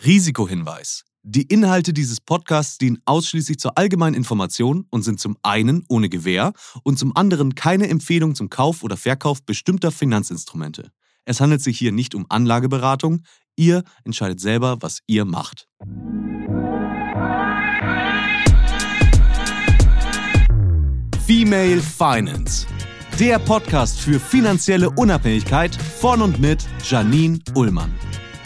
Risikohinweis. Die Inhalte dieses Podcasts dienen ausschließlich zur allgemeinen Information und sind zum einen ohne Gewähr und zum anderen keine Empfehlung zum Kauf oder Verkauf bestimmter Finanzinstrumente. Es handelt sich hier nicht um Anlageberatung. Ihr entscheidet selber, was ihr macht. Female Finance. Der Podcast für finanzielle Unabhängigkeit von und mit Janine Ullmann.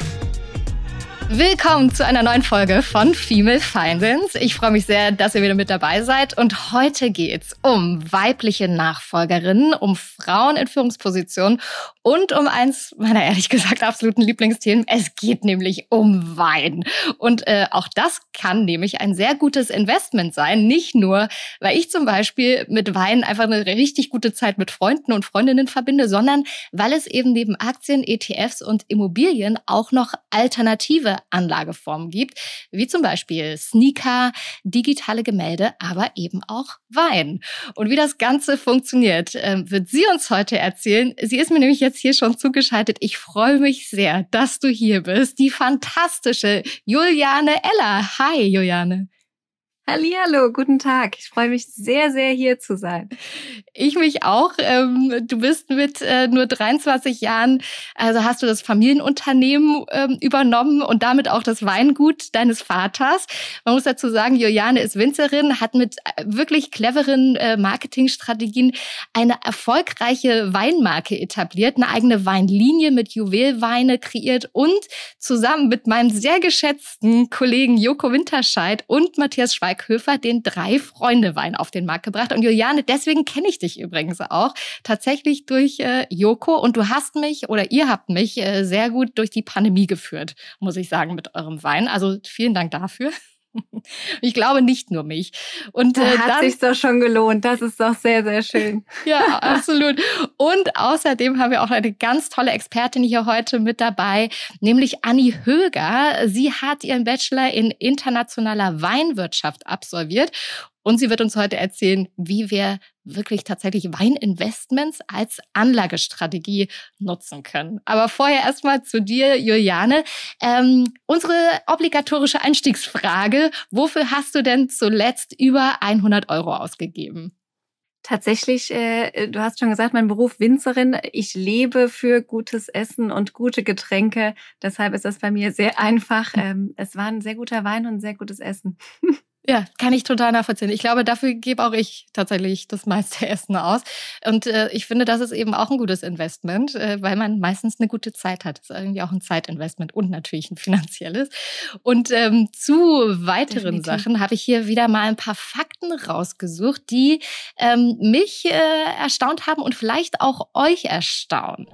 Willkommen zu einer neuen Folge von Female Finance. Ich freue mich sehr, dass ihr wieder mit dabei seid. Und heute geht's um weibliche Nachfolgerinnen, um Frauen in Führungspositionen und um eins meiner ehrlich gesagt absoluten Lieblingsthemen. Es geht nämlich um Wein. Und auch das kann nämlich ein sehr gutes Investment sein. Nicht nur, weil ich zum Beispiel mit Wein einfach eine richtig gute Zeit mit Freunden und Freundinnen verbinde, sondern weil es eben neben Aktien, ETFs und Immobilien auch noch alternative Anlageformen gibt, wie zum Beispiel Sneaker, digitale Gemälde, aber eben auch Wein. Und wie das Ganze funktioniert, wird sie uns heute erzählen. Sie ist mir nämlich jetzt hier schon zugeschaltet. Ich freue mich sehr, dass du hier bist. Die fantastische Juliane Eller. Hi, Juliane. Hallihallo, guten Tag. Ich freue mich sehr, sehr hier zu sein. Ich mich auch. Du bist mit nur 23 Jahren, also hast du das Familienunternehmen übernommen und damit auch das Weingut deines Vaters. Man muss dazu sagen, Juliane ist Winzerin, hat mit wirklich cleveren Marketingstrategien eine erfolgreiche Weinmarke etabliert, eine eigene Weinlinie mit Juwelweine kreiert und zusammen mit meinem sehr geschätzten Kollegen Joko Winterscheid und Matthias Schweighöfer den 3-Freunde-Wein auf den Markt gebracht. Und Juliane, deswegen kenne ich dich übrigens auch tatsächlich durch Joko. Und du hast mich oder ihr habt mich sehr gut durch die Pandemie geführt, muss ich sagen, mit eurem Wein. Also vielen Dank dafür. Ich glaube nicht nur mich. Und hat sich doch schon gelohnt. Das ist doch sehr, sehr schön. Ja, absolut. Und außerdem haben wir auch eine ganz tolle Expertin hier heute mit dabei, nämlich Anni Höger. Sie hat ihren Bachelor in internationaler Weinwirtschaft absolviert. Und sie wird uns heute erzählen, wie wir wirklich tatsächlich Weininvestments als Anlagestrategie nutzen können. Aber vorher erstmal zu dir, Juliane. Unsere obligatorische Einstiegsfrage: Wofür hast du denn zuletzt über 100 € ausgegeben? Tatsächlich, du hast schon gesagt, mein Beruf Winzerin. Ich lebe für gutes Essen und gute Getränke. Deshalb ist das bei mir sehr einfach. Es war ein sehr guter Wein und ein sehr gutes Essen. Ja, kann ich total nachvollziehen. Ich glaube, dafür gebe auch ich tatsächlich das meiste Essen aus. Und ich finde, das ist eben auch ein gutes Investment, weil man meistens eine gute Zeit hat. Das ist irgendwie auch ein Zeitinvestment und natürlich ein finanzielles. Und zu weiteren Sachen habe ich hier wieder mal ein paar Fakten rausgesucht, die mich erstaunt haben und vielleicht auch euch erstaunen.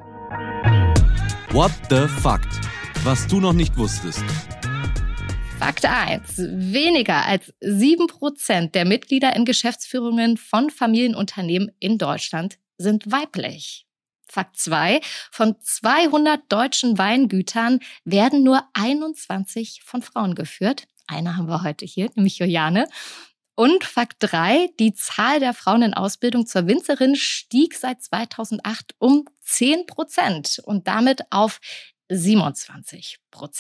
What the Fact? Was du noch nicht wusstest. Fakt 1. Weniger als 7% der Mitglieder in Geschäftsführungen von Familienunternehmen in Deutschland sind weiblich. Fakt 2. Von 200 deutschen Weingütern werden nur 21 von Frauen geführt. Eine haben wir heute hier, nämlich Juliane. Und Fakt 3. Die Zahl der Frauen in Ausbildung zur Winzerin stieg seit 2008 um 10% und damit auf 27%.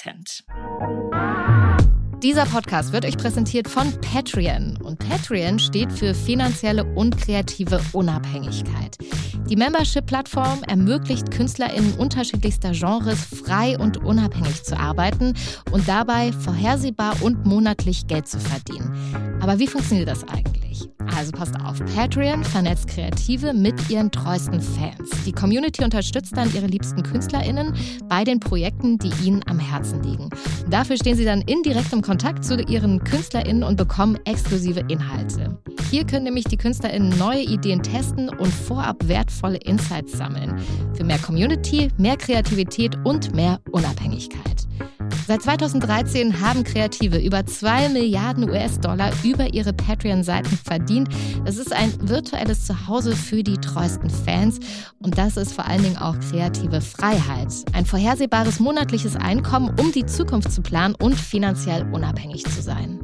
Dieser Podcast wird euch präsentiert von Patreon. Und Patreon steht für finanzielle und kreative Unabhängigkeit. Die Membership-Plattform ermöglicht KünstlerInnen unterschiedlichster Genres frei und unabhängig zu arbeiten und dabei vorhersehbar und monatlich Geld zu verdienen. Aber wie funktioniert das eigentlich? Also passt auf, Patreon vernetzt Kreative mit ihren treuesten Fans. Die Community unterstützt dann ihre liebsten KünstlerInnen bei den Projekten, die ihnen am Herzen liegen. Dafür stehen sie dann in direktem Kontakt zu ihren KünstlerInnen und bekommen exklusive Inhalte. Hier können nämlich die KünstlerInnen neue Ideen testen und vorab wertvolle Insights sammeln. Für mehr Community, mehr Kreativität und mehr Unabhängigkeit. Seit 2013 haben Kreative über 2 Milliarden US-Dollar über ihre Patreon-Seiten verdient. Das ist ein virtuelles Zuhause für die treuesten Fans. Und das ist vor allen Dingen auch kreative Freiheit. Ein vorhersehbares monatliches Einkommen, um die Zukunft zu planen und finanziell unabhängig zu sein.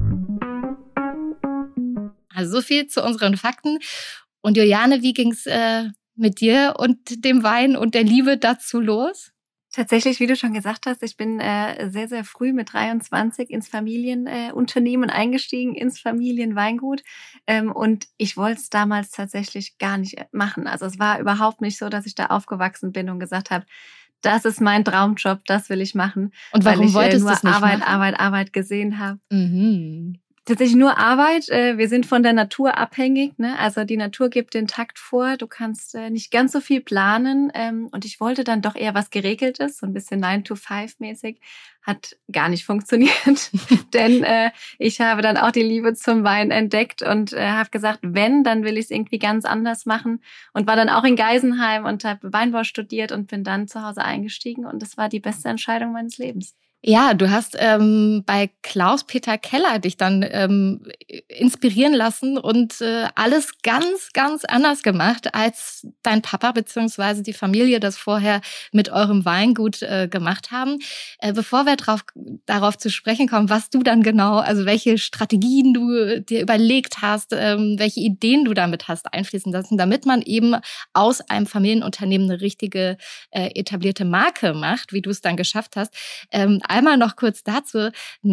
Also so viel zu unseren Fakten. Und Juliane, wie ging's mit dir und dem Wein und der Liebe dazu los? Tatsächlich, wie du schon gesagt hast, ich bin sehr, sehr früh mit 23 ins Familienunternehmen eingestiegen, ins Familienweingut. Und ich wollte es damals tatsächlich gar nicht machen. Also es war überhaupt nicht so, dass ich da aufgewachsen bin und gesagt habe, das ist mein Traumjob, das will ich machen, Und weil warum ich wolltest du nur es nicht Arbeit, machen? Arbeit, Arbeit gesehen habe. Mhm. Tatsächlich nur Arbeit. Wir sind von der Natur abhängig, ne? Also die Natur gibt den Takt vor. Du kannst nicht ganz so viel planen. Und ich wollte dann doch eher was Geregeltes, so ein bisschen 9-to-5-mäßig. Hat gar nicht funktioniert, denn ich habe dann auch die Liebe zum Wein entdeckt und habe gesagt, wenn, dann will ich es irgendwie ganz anders machen. Und war dann auch in Geisenheim und habe Weinbau studiert und bin dann zu Hause eingestiegen. Und das war die beste Entscheidung meines Lebens. Ja, du hast bei Klaus-Peter Keller dich dann inspirieren lassen und alles ganz, ganz anders gemacht, als dein Papa bzw. die Familie das vorher mit eurem Weingut gemacht haben. Bevor wir darauf zu sprechen kommen, was du dann genau, also welche Strategien du dir überlegt hast, welche Ideen du damit hast einfließen lassen, damit man eben aus einem Familienunternehmen eine richtige etablierte Marke macht, wie du es dann geschafft hast. Einmal noch kurz dazu.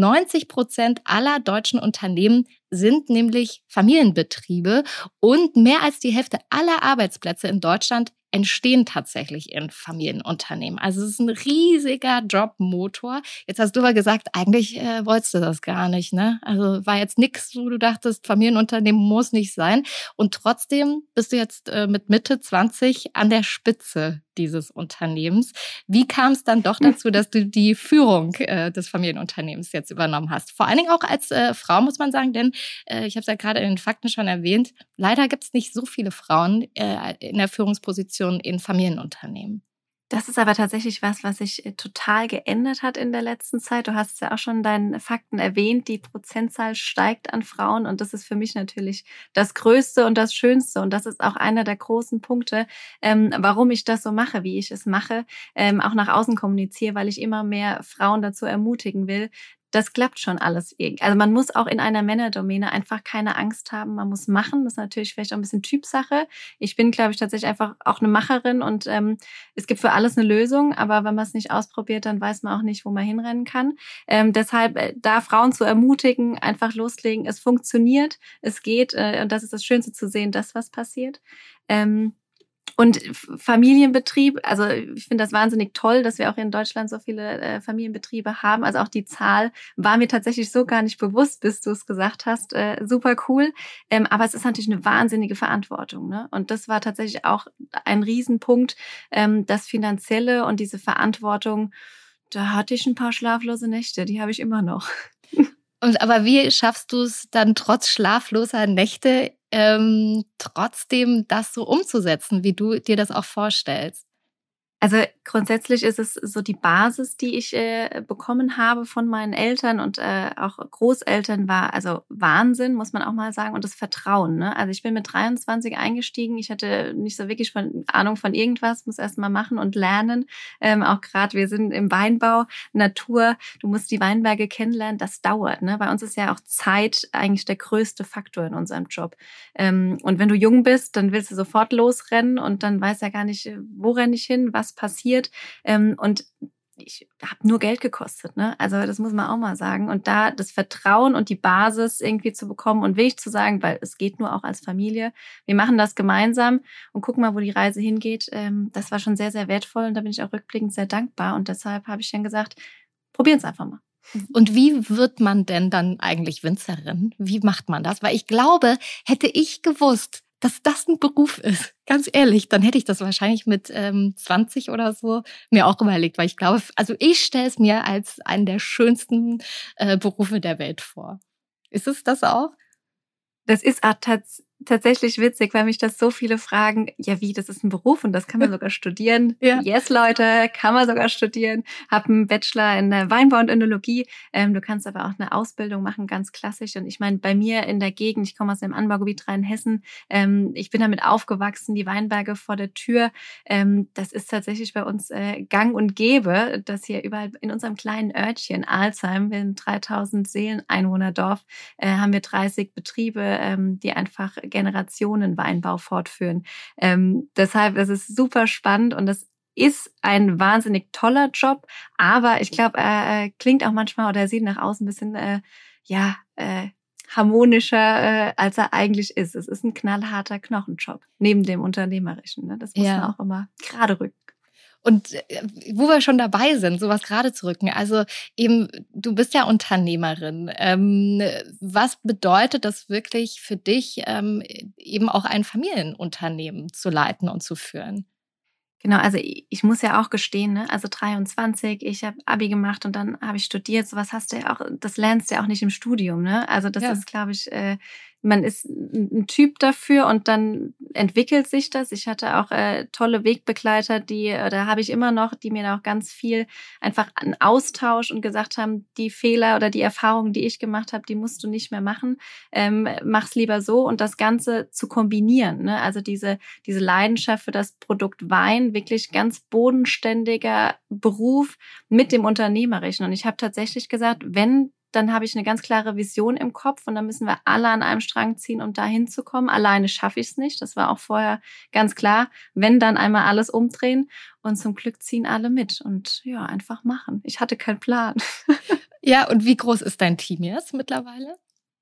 90% aller deutschen Unternehmen sind nämlich Familienbetriebe und mehr als die Hälfte aller Arbeitsplätze in Deutschland entstehen tatsächlich in Familienunternehmen. Also es ist ein riesiger Jobmotor. Jetzt hast du aber gesagt, eigentlich wolltest du das gar nicht, ne? Also war jetzt nichts, wo du dachtest, Familienunternehmen muss nicht sein. Und trotzdem bist du jetzt mit Mitte 20 an der Spitze dieses Unternehmens. Wie kam es dann doch dazu, dass du die Führung des Familienunternehmens jetzt übernommen hast? Vor allen Dingen auch als Frau, muss man sagen, denn ich habe es ja gerade in den Fakten schon erwähnt, leider gibt es nicht so viele Frauen in der Führungsposition in Familienunternehmen. Das ist aber tatsächlich was sich total geändert hat in der letzten Zeit. Du hast es ja auch schon in deinen Fakten erwähnt, die Prozentzahl steigt an Frauen und das ist für mich natürlich das Größte und das Schönste und das ist auch einer der großen Punkte, warum ich das so mache, wie ich es mache, auch nach außen kommuniziere, weil ich immer mehr Frauen dazu ermutigen will. Das klappt schon alles irgendwie. Also man muss auch in einer Männerdomäne einfach keine Angst haben. Man muss machen. Das ist natürlich vielleicht auch ein bisschen Typsache. Ich bin, glaube ich, tatsächlich einfach auch eine Macherin und es gibt für alles eine Lösung. Aber wenn man es nicht ausprobiert, dann weiß man auch nicht, wo man hinrennen kann. Deshalb da Frauen zu ermutigen, einfach loslegen. Es funktioniert, es geht und das ist das Schönste zu sehen, dass was passiert. Und Familienbetrieb, also ich finde das wahnsinnig toll, dass wir auch in Deutschland so viele Familienbetriebe haben. Also auch die Zahl war mir tatsächlich so gar nicht bewusst, bis du es gesagt hast. Super cool. Aber es ist natürlich eine wahnsinnige Verantwortung, ne? Und das war tatsächlich auch ein Riesenpunkt, das Finanzielle und diese Verantwortung. Da hatte ich ein paar schlaflose Nächte, die habe ich immer noch. Aber wie schaffst du es dann trotz schlafloser Nächte trotzdem das so umzusetzen, wie du dir das auch vorstellst? Also grundsätzlich ist es so die Basis, die ich bekommen habe von meinen Eltern und auch Großeltern war also Wahnsinn, muss man auch mal sagen, und das Vertrauen. Ne? Also ich bin mit 23 eingestiegen, ich hatte nicht so wirklich Ahnung von irgendwas, muss erst mal machen und lernen. Auch gerade wir sind im Weinbau, Natur, du musst die Weinberge kennenlernen, das dauert. Ne? Bei uns ist ja auch Zeit eigentlich der größte Faktor in unserem Job. Und wenn du jung bist, dann willst du sofort losrennen und dann weißt ja gar nicht, wo renne ich hin, was passiert. Und ich habe nur Geld gekostet, ne? Also das muss man auch mal sagen. Und da das Vertrauen und die Basis irgendwie zu bekommen und wirklich zu sagen, weil es geht nur auch als Familie, wir machen das gemeinsam und gucken mal, wo die Reise hingeht. Das war schon sehr, sehr wertvoll und da bin ich auch rückblickend sehr dankbar. Und deshalb habe ich dann gesagt, probieren es einfach mal. Und wie wird man denn dann eigentlich Winzerin? Wie macht man das? Weil ich glaube, hätte ich gewusst, dass das ein Beruf ist, ganz ehrlich, dann hätte ich das wahrscheinlich mit 20 oder so mir auch überlegt, weil ich glaube, also ich stelle es mir als einen der schönsten Berufe der Welt vor. Ist es das auch? Das ist tatsächlich witzig, weil mich das so viele fragen, ja wie, das ist ein Beruf und das kann man sogar studieren. Ja. Yes, Leute, kann man sogar studieren. Hab einen Bachelor in Weinbau und Önologie. Du kannst aber auch eine Ausbildung machen, ganz klassisch. Und ich meine, bei mir in der Gegend, ich komme aus dem Anbaugebiet Rheinhessen, ich bin damit aufgewachsen, die Weinberge vor der Tür. Das ist tatsächlich bei uns gang und gäbe, dass hier überall in unserem kleinen Örtchen Alzheim, wir sind 3000 Seelen Einwohnerdorf, haben wir 30 Betriebe, die einfach Generationen Weinbau fortführen. Deshalb ist es super spannend und das ist ein wahnsinnig toller Job, aber ich glaube, er klingt auch manchmal oder sieht nach außen ein bisschen harmonischer, als er eigentlich ist. Es ist ein knallharter Knochenjob, neben dem Unternehmerischen. Ne? Das muss man auch immer gerade rücken. Und wo wir schon dabei sind, sowas gerade zu rücken, also eben, du bist ja Unternehmerin. Was bedeutet das wirklich für dich, eben auch ein Familienunternehmen zu leiten und zu führen? Genau, also ich muss ja auch gestehen, ne? Also 23, ich habe Abi gemacht und dann habe ich studiert. Sowas hast du ja auch, das lernst du ja auch nicht im Studium, ne? Also das ist, glaube ich, man ist ein Typ dafür und dann entwickelt sich das. Ich hatte auch tolle Wegbegleiter, da habe ich immer noch, die mir da auch ganz viel einfach einen Austausch und gesagt haben, die Fehler oder die Erfahrungen, die ich gemacht habe, die musst du nicht mehr machen. Mach's lieber so und das Ganze zu kombinieren, ne? Also diese Leidenschaft für das Produkt Wein, wirklich ganz bodenständiger Beruf mit dem Unternehmerischen. Und ich habe tatsächlich gesagt, dann habe ich eine ganz klare Vision im Kopf und dann müssen wir alle an einem Strang ziehen, um da hinzukommen. Alleine schaffe ich es nicht. Das war auch vorher ganz klar. Wenn, dann einmal alles umdrehen und zum Glück ziehen alle mit und ja, einfach machen. Ich hatte keinen Plan. Ja, und wie groß ist dein Team jetzt mittlerweile?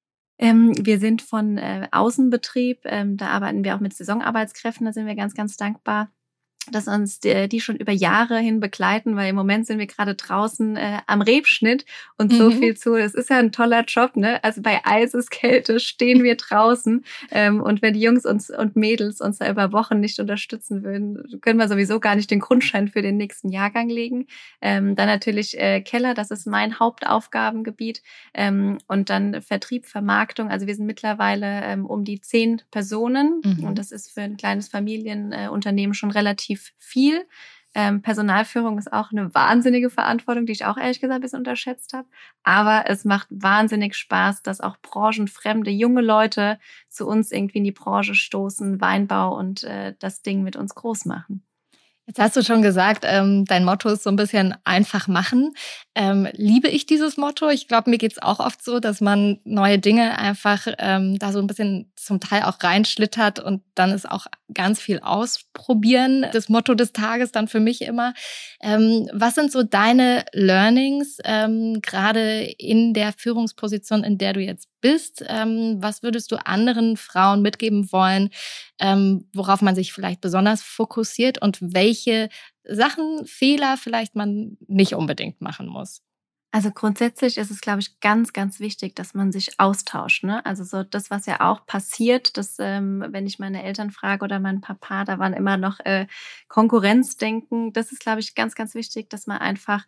Wir sind von Außenbetrieb, da arbeiten wir auch mit Saisonarbeitskräften, da sind wir ganz, ganz dankbar, dass uns die schon über Jahre hin begleiten, weil im Moment sind wir gerade draußen am Rebschnitt und so viel zu. Es ist ja ein toller Job, ne? Also bei Eiseskälte stehen wir draußen und wenn die Jungs und Mädels uns da über Wochen nicht unterstützen würden, können wir sowieso gar nicht den Grundstein für den nächsten Jahrgang legen. Dann natürlich Keller, das ist mein Hauptaufgabengebiet und dann Vertrieb, Vermarktung. Also wir sind mittlerweile um die 10 Personen und das ist für ein kleines Familienunternehmen schon relativ viel. Personalführung ist auch eine wahnsinnige Verantwortung, die ich auch ehrlich gesagt ein bisschen unterschätzt habe. Aber es macht wahnsinnig Spaß, dass auch branchenfremde junge Leute zu uns irgendwie in die Branche stoßen, Weinbau und das Ding mit uns groß machen. Jetzt hast du schon gesagt, dein Motto ist so ein bisschen einfach machen. Liebe ich dieses Motto? Ich glaube, mir geht's auch oft so, dass man neue Dinge einfach da so ein bisschen zum Teil auch reinschlittert und dann ist auch ganz viel ausprobieren. Das Motto des Tages dann für mich immer. Was sind so deine Learnings, gerade in der Führungsposition, in der du jetzt bist? Was würdest du anderen Frauen mitgeben wollen, worauf man sich vielleicht besonders fokussiert und welche Sachen, Fehler vielleicht man nicht unbedingt machen muss? Also grundsätzlich ist es, glaube ich, ganz, ganz wichtig, dass man sich austauscht. Ne? Also so das, was ja auch passiert, dass wenn ich meine Eltern frage oder meinen Papa, da waren immer noch Konkurrenzdenken. Das ist, glaube ich, ganz, ganz wichtig, dass man einfach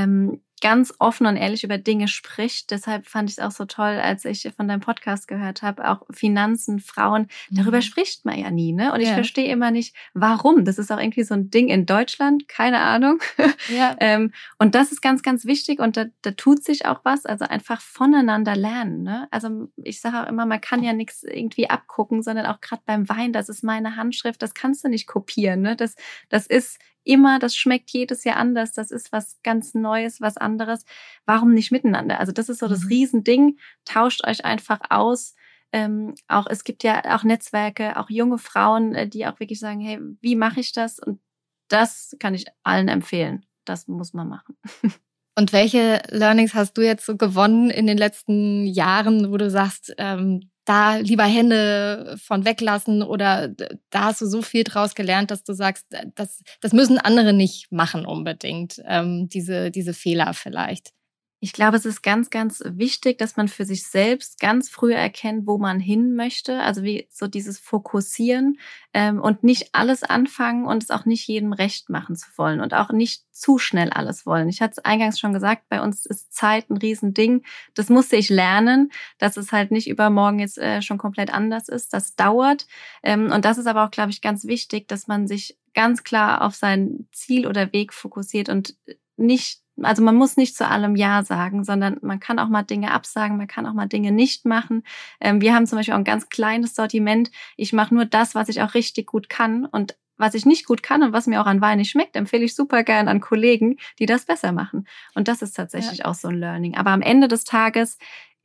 ganz offen und ehrlich über Dinge spricht. Deshalb fand ich es auch so toll, als ich von deinem Podcast gehört habe, auch Finanzen, Frauen, darüber spricht man ja nie. Ne? Und ich verstehe immer nicht, warum. Das ist auch irgendwie so ein Ding in Deutschland, keine Ahnung. Ja. Und das ist ganz, ganz wichtig und da tut sich auch was, also einfach voneinander lernen. Ne? Also ich sage auch immer, man kann ja nichts irgendwie abgucken, sondern auch gerade beim Wein, das ist meine Handschrift, das kannst du nicht kopieren. Ne? Das ist immer, das schmeckt jedes Jahr anders, das ist was ganz Neues, was anderes. Warum nicht miteinander? Also das ist so das Riesending. Tauscht euch einfach aus. Auch es gibt ja auch Netzwerke, auch junge Frauen, die auch wirklich sagen, hey, wie mache ich das? Und das kann ich allen empfehlen. Das muss man machen. Und welche Learnings hast du jetzt so gewonnen in den letzten Jahren, wo du sagst, da lieber Hände von weglassen oder da hast du so viel draus gelernt, dass du sagst, das müssen andere nicht machen unbedingt, diese Fehler vielleicht? Ich glaube, es ist ganz, ganz wichtig, dass man für sich selbst ganz früh erkennt, wo man hin möchte. Also wie so dieses Fokussieren und nicht alles anfangen und es auch nicht jedem recht machen zu wollen und auch nicht zu schnell alles wollen. Ich hatte es eingangs schon gesagt, bei uns ist Zeit ein Riesending. Das musste ich lernen, dass es halt nicht übermorgen jetzt schon komplett anders ist. Das dauert. Und das ist aber auch, glaube ich, ganz wichtig, dass man sich ganz klar auf sein Ziel oder Weg fokussiert und nicht, also man muss nicht zu allem Ja sagen, sondern man kann auch mal Dinge absagen, man kann auch mal Dinge nicht machen. Wir haben zum Beispiel auch ein ganz kleines Sortiment. Ich mache nur das, was ich auch richtig gut kann und was ich nicht gut kann und was mir auch an Wein nicht schmeckt, empfehle ich super gern an Kollegen, die das besser machen. Und das ist tatsächlich auch so ein Learning. Aber am Ende des Tages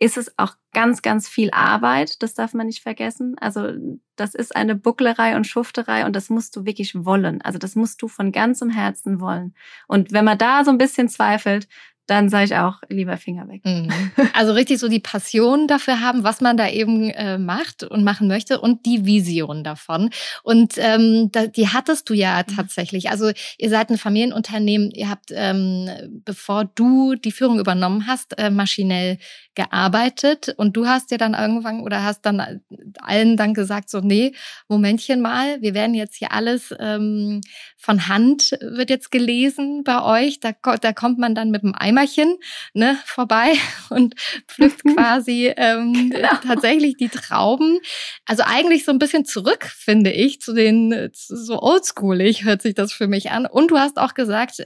ist es auch ganz, ganz viel Arbeit. Das darf man nicht vergessen. Also das ist eine Bucklerei und Schufterei und das musst du wirklich wollen. Also das musst du von ganzem Herzen wollen. Und wenn man da so ein bisschen zweifelt, dann sage ich auch, lieber Finger weg. Also richtig so die Passion dafür haben, was man da eben macht und machen möchte und die Vision davon. Und die hattest du ja tatsächlich. Also ihr seid ein Familienunternehmen, ihr habt, bevor du die Führung übernommen hast, maschinell gearbeitet und du hast ja dann irgendwann oder hast dann allen dann gesagt, so nee, Momentchen mal, wir werden jetzt hier alles von Hand wird jetzt gelesen bei euch. Da kommt man dann mit dem Eimerchen vorbei und pflückt quasi tatsächlich die Trauben. Also eigentlich so ein bisschen zurück, finde ich, zu den so oldschoolig hört sich das für mich an. Und du hast auch gesagt,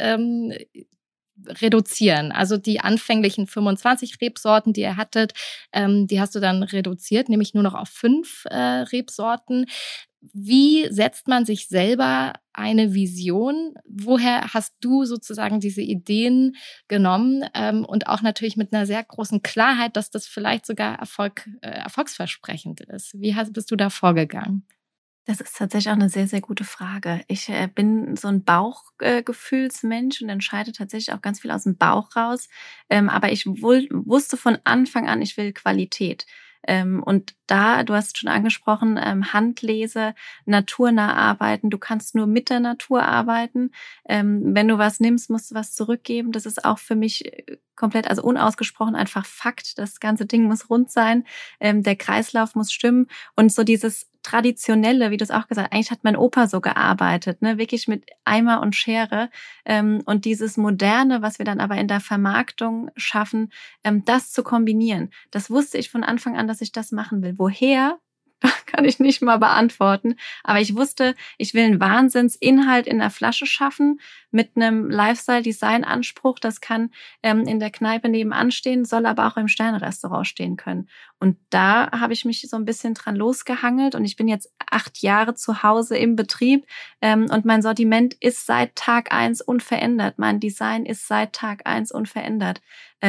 reduzieren. Also die anfänglichen 25 Rebsorten, die ihr hattet, die hast du dann reduziert, nämlich nur noch auf 5 Rebsorten. Wie setzt man sich selber eine Vision? Woher hast du sozusagen diese Ideen genommen? Und auch natürlich mit einer sehr großen Klarheit, dass das vielleicht sogar erfolgsversprechend ist. Wie bist du da vorgegangen? Das ist tatsächlich auch eine sehr, sehr gute Frage. Ich bin so ein Bauchgefühlsmensch und entscheide tatsächlich auch ganz viel aus dem Bauch raus. Aber ich wusste von Anfang an, ich will Qualität. Und da, du hast es schon angesprochen, Handlese, naturnah arbeiten. Du kannst nur mit der Natur arbeiten. Wenn du was nimmst, musst du was zurückgeben. Das ist auch für mich komplett, also unausgesprochen einfach Fakt. Das ganze Ding muss rund sein. Der Kreislauf muss stimmen. Und so dieses Traditionelle, wie du es auch gesagt hast, eigentlich hat mein Opa so gearbeitet, ne, wirklich mit Eimer und Schere. Und dieses Moderne, was wir dann aber in der Vermarktung schaffen, das zu kombinieren. Das wusste ich von Anfang an, dass ich das machen will. Woher? Kann ich nicht mal beantworten. Aber ich wusste, ich will einen Wahnsinnsinhalt in der Flasche schaffen mit einem Lifestyle-Design-Anspruch. Das kann in der Kneipe nebenan stehen, soll aber auch im Sterne-Restaurant stehen können. Und da habe ich mich so ein bisschen dran losgehangelt. Und ich bin jetzt 8 Jahre zu Hause im Betrieb. Und mein Sortiment ist seit Tag 1 unverändert. Mein Design ist seit Tag 1 unverändert.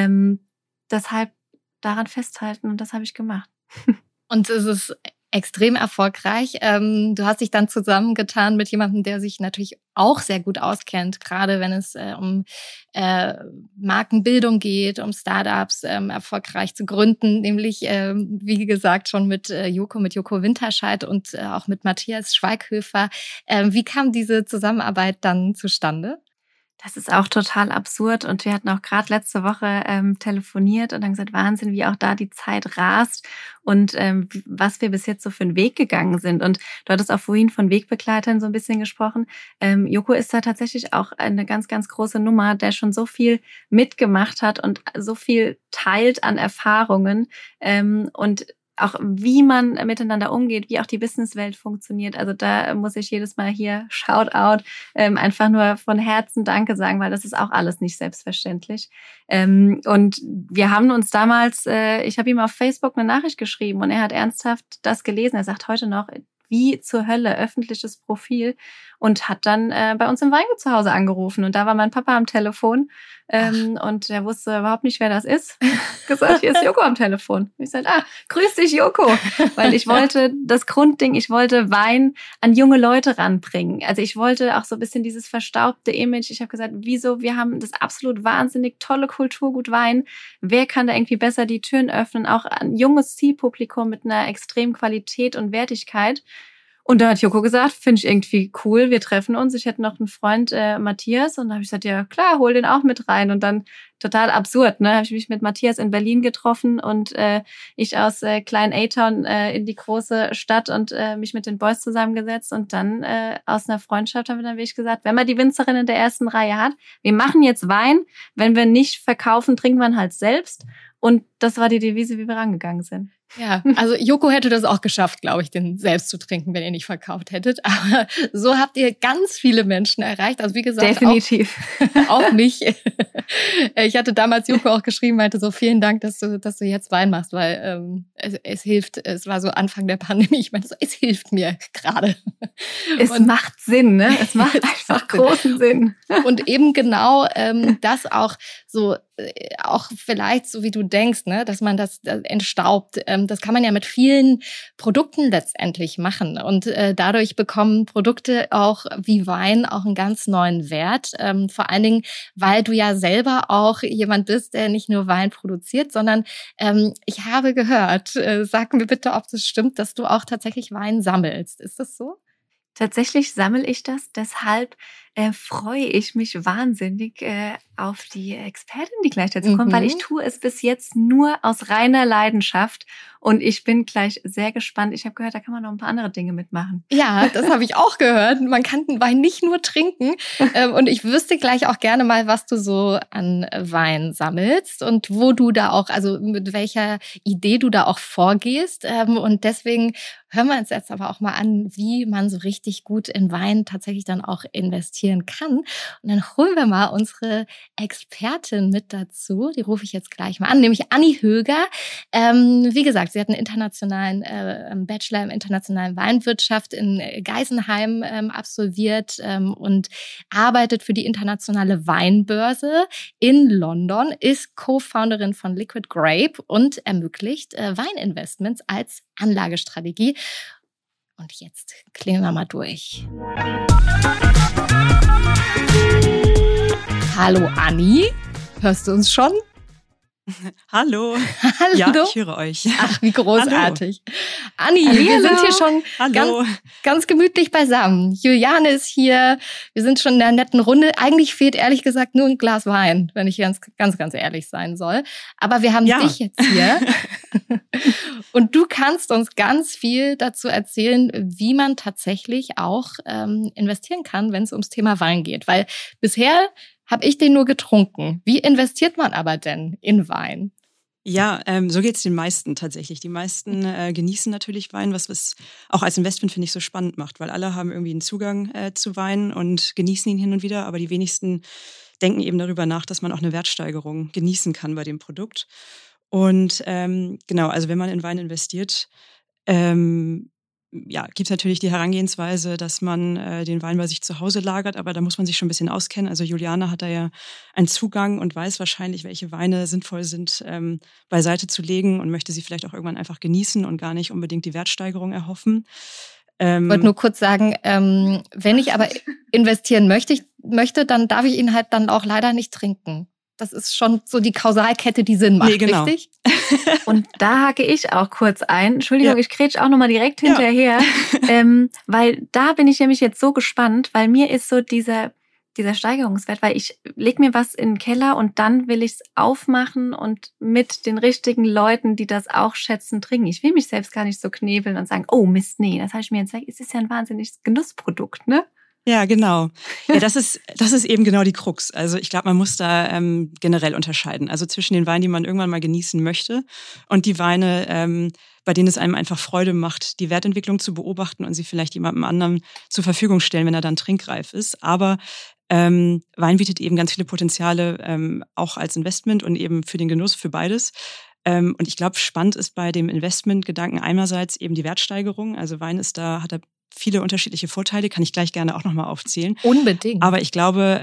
Deshalb daran festhalten und das habe ich gemacht. Und es ist extrem erfolgreich. Du hast dich dann zusammengetan mit jemandem, der sich natürlich auch sehr gut auskennt, gerade wenn es um Markenbildung geht, um Startups erfolgreich zu gründen, nämlich, wie gesagt, schon mit Joko Winterscheid und auch mit Matthias Schweighöfer. Wie kam diese Zusammenarbeit dann zustande? Das ist auch total absurd und wir hatten auch gerade letzte Woche telefoniert und dann gesagt, Wahnsinn, wie auch da die Zeit rast und was wir bis jetzt so für einen Weg gegangen sind. Und du hattest auch vorhin von Wegbegleitern so ein bisschen gesprochen. Joko ist da tatsächlich auch eine ganz, ganz große Nummer, der schon so viel mitgemacht hat und so viel teilt an Erfahrungen und auch wie man miteinander umgeht, wie auch die Businesswelt funktioniert. Also da muss ich jedes Mal hier Shoutout einfach nur von Herzen Danke sagen, weil das ist auch alles nicht selbstverständlich. Und wir haben uns damals, ich habe ihm auf Facebook eine Nachricht geschrieben und er hat ernsthaft das gelesen. Er sagt heute noch, wie zur Hölle, öffentliches Profil und hat dann bei uns im Weingut zu Hause angerufen und da war mein Papa am Telefon und der wusste überhaupt nicht, wer das ist. Gesagt, hier ist Joko am Telefon. Ich sagte, grüß dich Joko, weil ich wollte das Grundding, ich wollte Wein an junge Leute ranbringen. Also ich wollte auch so ein bisschen dieses verstaubte Image. Ich habe gesagt, wieso, wir haben das absolut wahnsinnig tolle Kulturgut Wein. Wer kann da irgendwie besser die Türen öffnen? Auch ein junges Zielpublikum mit einer extremen Qualität und Wertigkeit. Und da hat Joko gesagt, finde ich irgendwie cool, wir treffen uns. Ich hätte noch einen Freund, Matthias, und da habe ich gesagt, ja klar, hol den auch mit rein. Und dann total absurd, ne? Habe ich mich mit Matthias in Berlin getroffen und ich aus kleinen A-Town in die große Stadt und mich mit den Boys zusammengesetzt. Und dann aus einer Freundschaft haben wir dann wirklich gesagt, wenn man die Winzerin in der ersten Reihe hat, wir machen jetzt Wein, wenn wir nicht verkaufen, trinken wir ihn halt selbst. Und das war die Devise, wie wir rangegangen sind. Ja, also Joko hätte das auch geschafft, glaube ich, den selbst zu trinken, wenn ihr nicht verkauft hättet. Aber so habt ihr ganz viele Menschen erreicht. Also wie gesagt, definitiv auch mich. Ich hatte damals Joko auch geschrieben, meinte so, vielen Dank, dass du jetzt Wein machst, weil es hilft. Es war so Anfang der Pandemie. Ich meinte so, es hilft mir gerade. Es macht Sinn, ne? Es macht einfach großen Sinn. Und eben genau das auch so, auch vielleicht so wie du denkst, ne, dass man das entstaubt. Das kann man ja mit vielen Produkten letztendlich machen. Und dadurch bekommen Produkte auch wie Wein auch einen ganz neuen Wert. Vor allen Dingen, weil du ja selber auch jemand bist, der nicht nur Wein produziert, sondern ich habe gehört, sag mir bitte, ob das stimmt, dass du auch tatsächlich Wein sammelst. Ist das so? Tatsächlich sammle ich das, deshalb freue ich mich wahnsinnig auf die Expertin, die gleich dazu kommt, weil ich tue es bis jetzt nur aus reiner Leidenschaft und ich bin gleich sehr gespannt. Ich habe gehört, da kann man noch ein paar andere Dinge mitmachen. Ja, das habe ich auch gehört. Man kann den Wein nicht nur trinken und ich wüsste gleich auch gerne mal, was du so an Wein sammelst und wo du da auch, also mit welcher Idee du da auch vorgehst und deswegen hören wir uns jetzt aber auch mal an, wie man so richtig gut in Wein tatsächlich dann auch investieren kann. Und dann holen wir mal unsere Expertin mit dazu. Die rufe ich jetzt gleich mal an, nämlich Anni Höger. Wie gesagt, sie hat einen internationalen Bachelor im internationalen Weinwirtschaft in Geisenheim absolviert und arbeitet für die internationale Weinbörse in London, ist Co-Founderin von Liquid Grape und ermöglicht Weininvestments als Anlagestrategie. Und jetzt klingen wir mal durch. Hallo Anni, hörst du uns schon? Hallo. Hallo. Ja, ich höre euch. Ach, wie großartig. Anni, Hallo. wir sind hier schon ganz gemütlich beisammen. Juliane ist hier, wir sind schon in einer netten Runde. Eigentlich fehlt ehrlich gesagt nur ein Glas Wein, wenn ich ganz ehrlich sein soll. Aber wir haben dich jetzt hier. Und du kannst uns ganz viel dazu erzählen, wie man tatsächlich auch investieren kann, wenn es ums Thema Wein geht. Weil bisher habe ich den nur getrunken. Wie investiert man aber denn in Wein? Ja, so geht's den meisten tatsächlich. Die meisten genießen natürlich Wein, was auch als Investment, finde ich, so spannend macht, weil alle haben irgendwie einen Zugang zu Wein und genießen ihn hin und wieder, aber die wenigsten denken eben darüber nach, dass man auch eine Wertsteigerung genießen kann bei dem Produkt. Und genau, also wenn man in Wein investiert, gibt es natürlich die Herangehensweise, dass man den Wein bei sich zu Hause lagert, aber da muss man sich schon ein bisschen auskennen. Also Juliane hat da ja einen Zugang und weiß wahrscheinlich, welche Weine sinnvoll sind, beiseite zu legen und möchte sie vielleicht auch irgendwann einfach genießen und gar nicht unbedingt die Wertsteigerung erhoffen. Ich wollte nur kurz sagen, wenn ich aber investieren möchte, dann darf ich ihn halt dann auch leider nicht trinken. Das ist schon so die Kausalkette, die Sinn macht, genau. Richtig? Und da hake ich auch kurz ein. Entschuldigung, ich grätsch auch nochmal direkt hinterher, weil da bin ich nämlich jetzt so gespannt, weil mir ist so dieser Steigerungswert, weil ich leg mir was in den Keller und dann will ich es aufmachen und mit den richtigen Leuten, die das auch schätzen, trinken. Ich will mich selbst gar nicht so knebeln und sagen, oh Mist, nee, das habe ich mir jetzt gesagt. Es ist ja ein wahnsinniges Genussprodukt, ne? Ja, genau. Ja, das ist eben genau die Krux. Also ich glaube, man muss da generell unterscheiden. Also zwischen den Weinen, die man irgendwann mal genießen möchte und die Weine, bei denen es einem einfach Freude macht, die Wertentwicklung zu beobachten und sie vielleicht jemandem anderen zur Verfügung stellen, wenn er dann trinkreif ist. Aber Wein bietet eben ganz viele Potenziale, auch als Investment und eben für den Genuss, für beides. Und ich glaube, spannend ist bei dem Investmentgedanken einerseits eben die Wertsteigerung. Also Wein hat da viele unterschiedliche Vorteile, kann ich gleich gerne auch nochmal aufzählen. Unbedingt. Aber ich glaube,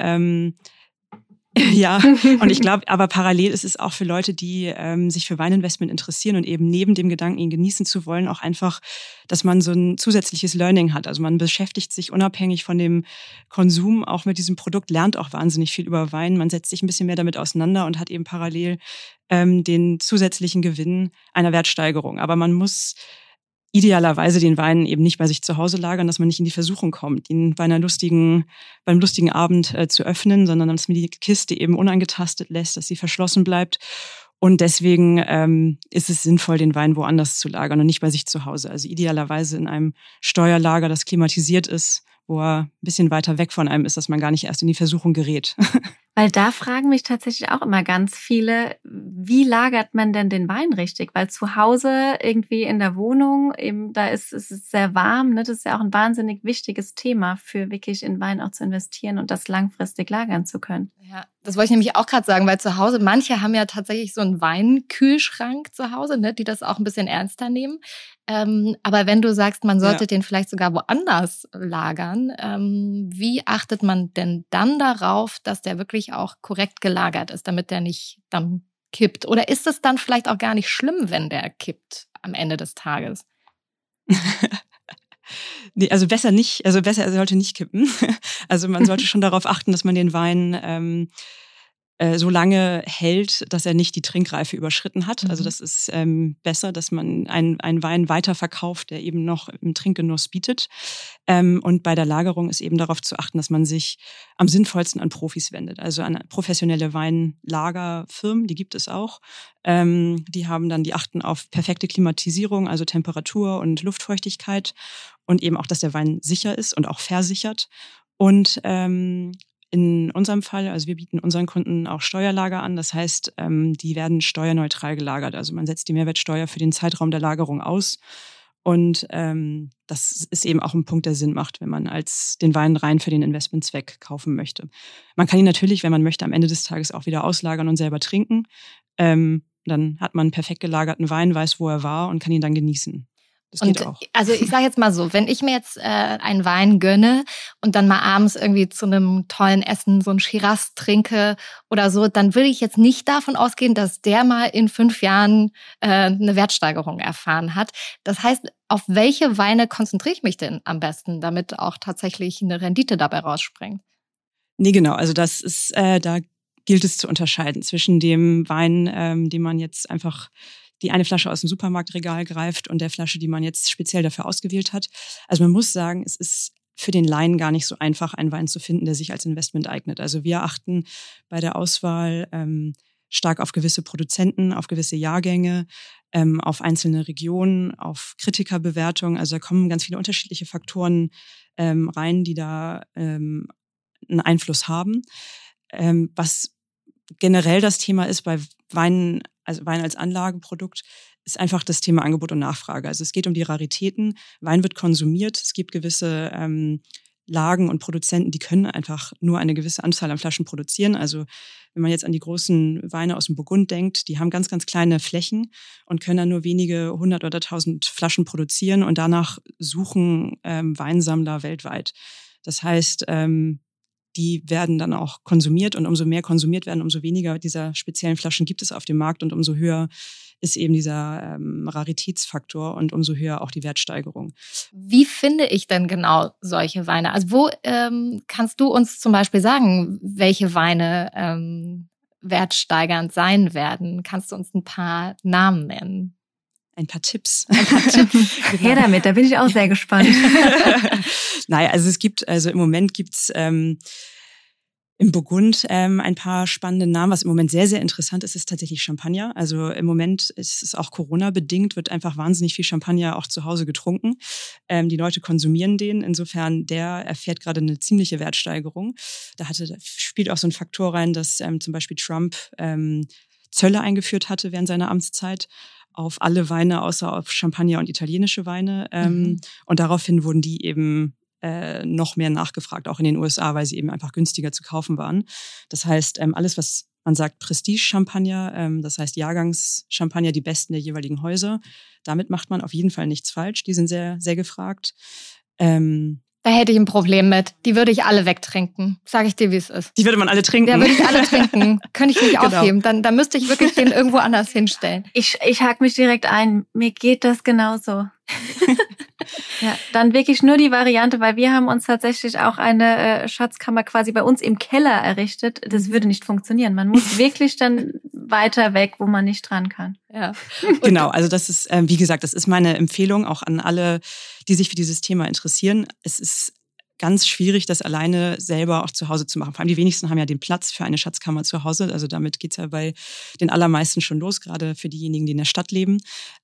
aber parallel ist es auch für Leute, die sich für Weininvestment interessieren und eben neben dem Gedanken, ihn genießen zu wollen, auch einfach, dass man so ein zusätzliches Learning hat. Also man beschäftigt sich unabhängig von dem Konsum auch mit diesem Produkt, lernt auch wahnsinnig viel über Wein. Man setzt sich ein bisschen mehr damit auseinander und hat eben parallel den zusätzlichen Gewinn einer Wertsteigerung. Aber man muss idealerweise den Wein eben nicht bei sich zu Hause lagern, dass man nicht in die Versuchung kommt, ihn beim lustigen Abend zu öffnen, sondern dass man die Kiste eben unangetastet lässt, dass sie verschlossen bleibt. Und deswegen ist es sinnvoll, den Wein woanders zu lagern und nicht bei sich zu Hause. Also idealerweise in einem Steuerlager, das klimatisiert ist, wo er ein bisschen weiter weg von einem ist, dass man gar nicht erst in die Versuchung gerät. Weil da fragen mich tatsächlich auch immer ganz viele, wie lagert man denn den Wein richtig? Weil zu Hause irgendwie in der Wohnung, eben da ist es sehr warm, ne? Das ist ja auch ein wahnsinnig wichtiges Thema für wirklich in Wein auch zu investieren und das langfristig lagern zu können. Ja, das wollte ich nämlich auch gerade sagen, weil zu Hause, manche haben ja tatsächlich so einen Weinkühlschrank zu Hause, ne, die das auch ein bisschen ernster nehmen. Aber wenn du sagst, man sollte den vielleicht sogar woanders lagern, wie achtet man denn dann darauf, dass der wirklich auch korrekt gelagert ist, damit der nicht dann kippt? Oder ist es dann vielleicht auch gar nicht schlimm, wenn der kippt am Ende des Tages? Nee, also besser nicht, also besser, er sollte nicht kippen. Also man sollte schon darauf achten, dass man den Wein so lange hält, dass er nicht die Trinkreife überschritten hat. Also das ist besser, dass man einen Wein weiterverkauft, der eben noch im Trinkgenuss bietet. Und bei der Lagerung ist eben darauf zu achten, dass man sich am sinnvollsten an Profis wendet. Also an professionelle Weinlagerfirmen, die gibt es auch. Die haben dann, die achten auf perfekte Klimatisierung, also Temperatur und Luftfeuchtigkeit und eben auch, dass der Wein sicher ist und auch versichert. Und in unserem Fall, also wir bieten unseren Kunden auch Steuerlager an. Das heißt, die werden steuerneutral gelagert. Also man setzt die Mehrwertsteuer für den Zeitraum der Lagerung aus. Und das ist eben auch ein Punkt, der Sinn macht, wenn man den Wein rein für den Investmentzweck kaufen möchte. Man kann ihn natürlich, wenn man möchte, am Ende des Tages auch wieder auslagern und selber trinken. Dann hat man einen perfekt gelagerten Wein, weiß, wo er war und kann ihn dann genießen. Das geht auch. Also ich sage jetzt mal so, wenn ich mir jetzt einen Wein gönne und dann mal abends irgendwie zu einem tollen Essen so ein Shiraz trinke oder so, dann will ich jetzt nicht davon ausgehen, dass der mal in 5 Jahren eine Wertsteigerung erfahren hat. Das heißt, auf welche Weine konzentriere ich mich denn am besten, damit auch tatsächlich eine Rendite dabei rausspringt? Nee, genau. Also das ist, da gilt es zu unterscheiden zwischen dem Wein, den man jetzt einfach die eine Flasche aus dem Supermarktregal greift und der Flasche, die man jetzt speziell dafür ausgewählt hat. Also man muss sagen, es ist für den Laien gar nicht so einfach, einen Wein zu finden, der sich als Investment eignet. Also wir achten bei der Auswahl stark auf gewisse Produzenten, auf gewisse Jahrgänge, auf einzelne Regionen, auf Kritikerbewertungen. Also da kommen ganz viele unterschiedliche Faktoren rein, die da einen Einfluss haben. Was generell das Thema ist bei Weinen, also Wein als Anlageprodukt, ist einfach das Thema Angebot und Nachfrage. Also es geht um die Raritäten. Wein wird konsumiert. Es gibt gewisse Lagen und Produzenten, die können einfach nur eine gewisse Anzahl an Flaschen produzieren. Also wenn man jetzt an die großen Weine aus dem Burgund denkt, die haben ganz, ganz kleine Flächen und können dann nur wenige 100 oder 1000 Flaschen produzieren und danach suchen Weinsammler weltweit. Das heißt, die werden dann auch konsumiert und umso mehr konsumiert werden, umso weniger dieser speziellen Flaschen gibt es auf dem Markt und umso höher ist eben dieser Raritätsfaktor und umso höher auch die Wertsteigerung. Wie finde ich denn genau solche Weine? Also wo kannst du uns zum Beispiel sagen, welche Weine wertsteigernd sein werden? Kannst du uns ein paar Namen nennen? Ein paar Tipps. Her damit, da bin ich auch sehr gespannt. Naja, also im Moment gibt's im Burgund ein paar spannende Namen. Was im Moment sehr, sehr interessant ist, ist tatsächlich Champagner. Also im Moment ist es auch Corona-bedingt, wird einfach wahnsinnig viel Champagner auch zu Hause getrunken. Die Leute konsumieren den. Insofern, der erfährt gerade eine ziemliche Wertsteigerung. Da spielt auch so ein Faktor rein, dass zum Beispiel Trump Zölle eingeführt hatte während seiner Amtszeit auf alle Weine, außer auf Champagner und italienische Weine. Und daraufhin wurden die eben noch mehr nachgefragt, auch in den USA, weil sie eben einfach günstiger zu kaufen waren. Das heißt, alles, was man sagt Prestige-Champagner, das heißt Jahrgangs-Champagner, die besten der jeweiligen Häuser, damit macht man auf jeden Fall nichts falsch. Die sind sehr, sehr gefragt. Da hätte ich ein Problem mit. Die würde ich alle wegtrinken. Sag ich dir, wie es ist. Die würde man alle trinken? Ja, würde ich alle trinken. Könnte ich nicht aufheben. Dann müsste ich wirklich den irgendwo anders hinstellen. Ich hake mich direkt ein. Mir geht das genauso. Ja, dann wirklich nur die Variante, weil wir haben uns tatsächlich auch eine Schatzkammer quasi bei uns im Keller errichtet. Das würde nicht funktionieren. Man muss wirklich dann weiter weg, wo man nicht dran kann. Ja. Genau, also das ist, wie gesagt, das ist meine Empfehlung auch an alle, die sich für dieses Thema interessieren. Es ist ganz schwierig, das alleine selber auch zu Hause zu machen. Vor allem die wenigsten haben ja den Platz für eine Schatzkammer zu Hause. Also damit geht's ja bei den allermeisten schon los, gerade für diejenigen, die in der Stadt leben.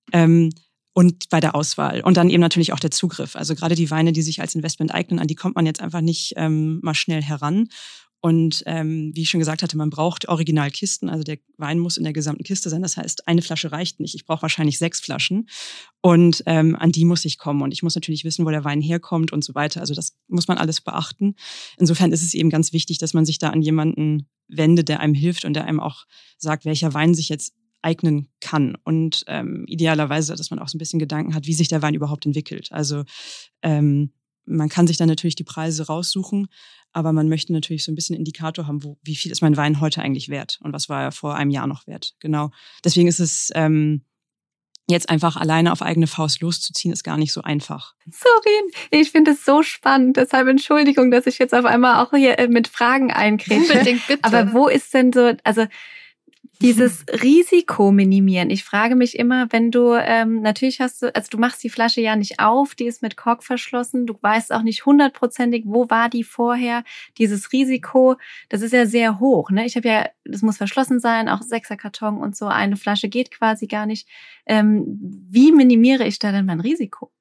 Und bei der Auswahl. Und dann eben natürlich auch der Zugriff. Also gerade die Weine, die sich als Investment eignen, an die kommt man jetzt einfach nicht mal schnell heran. Und wie ich schon gesagt hatte, man braucht Originalkisten, also der Wein muss in der gesamten Kiste sein. Das heißt, eine Flasche reicht nicht. Ich brauche wahrscheinlich 6 Flaschen und an die muss ich kommen. Und ich muss natürlich wissen, wo der Wein herkommt und so weiter. Also das muss man alles beachten. Insofern ist es eben ganz wichtig, dass man sich da an jemanden wendet, der einem hilft und der einem auch sagt, welcher Wein sich jetzt eignen kann. Und idealerweise, dass man auch so ein bisschen Gedanken hat, wie sich der Wein überhaupt entwickelt. Also man kann sich dann natürlich die Preise raussuchen, aber man möchte natürlich so ein bisschen Indikator haben, wie viel ist mein Wein heute eigentlich wert und was war er vor einem Jahr noch wert. Genau. Deswegen ist es jetzt einfach alleine auf eigene Faust loszuziehen, ist gar nicht so einfach. Sorry, ich finde es so spannend. Deshalb Entschuldigung, dass ich jetzt auf einmal auch hier mit Fragen einkriege. Unbedingt, bitte. Aber wo ist denn so, also dieses Risiko minimieren. Ich frage mich immer, wenn du, natürlich du machst die Flasche ja nicht auf, die ist mit Kork verschlossen, du weißt auch nicht 100%ig, wo war die vorher. Dieses Risiko, das ist ja sehr hoch, ne? Das muss verschlossen sein, auch 6er-Karton und so, eine Flasche geht quasi gar nicht. Wie minimiere ich da denn mein Risiko?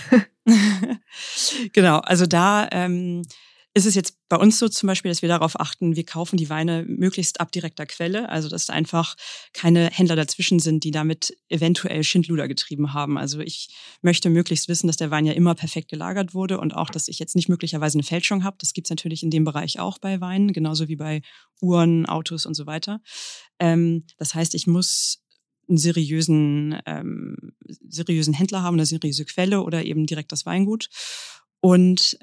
Genau, also da ist es jetzt bei uns so zum Beispiel, dass wir darauf achten, wir kaufen die Weine möglichst ab direkter Quelle, also dass da einfach keine Händler dazwischen sind, die damit eventuell Schindluder getrieben haben. Also ich möchte möglichst wissen, dass der Wein ja immer perfekt gelagert wurde und auch, dass ich jetzt nicht möglicherweise eine Fälschung habe. Das gibt's natürlich in dem Bereich auch bei Weinen, genauso wie bei Uhren, Autos und so weiter. Das heißt, ich muss einen seriösen Händler haben, eine seriöse Quelle oder eben direkt das Weingut. Und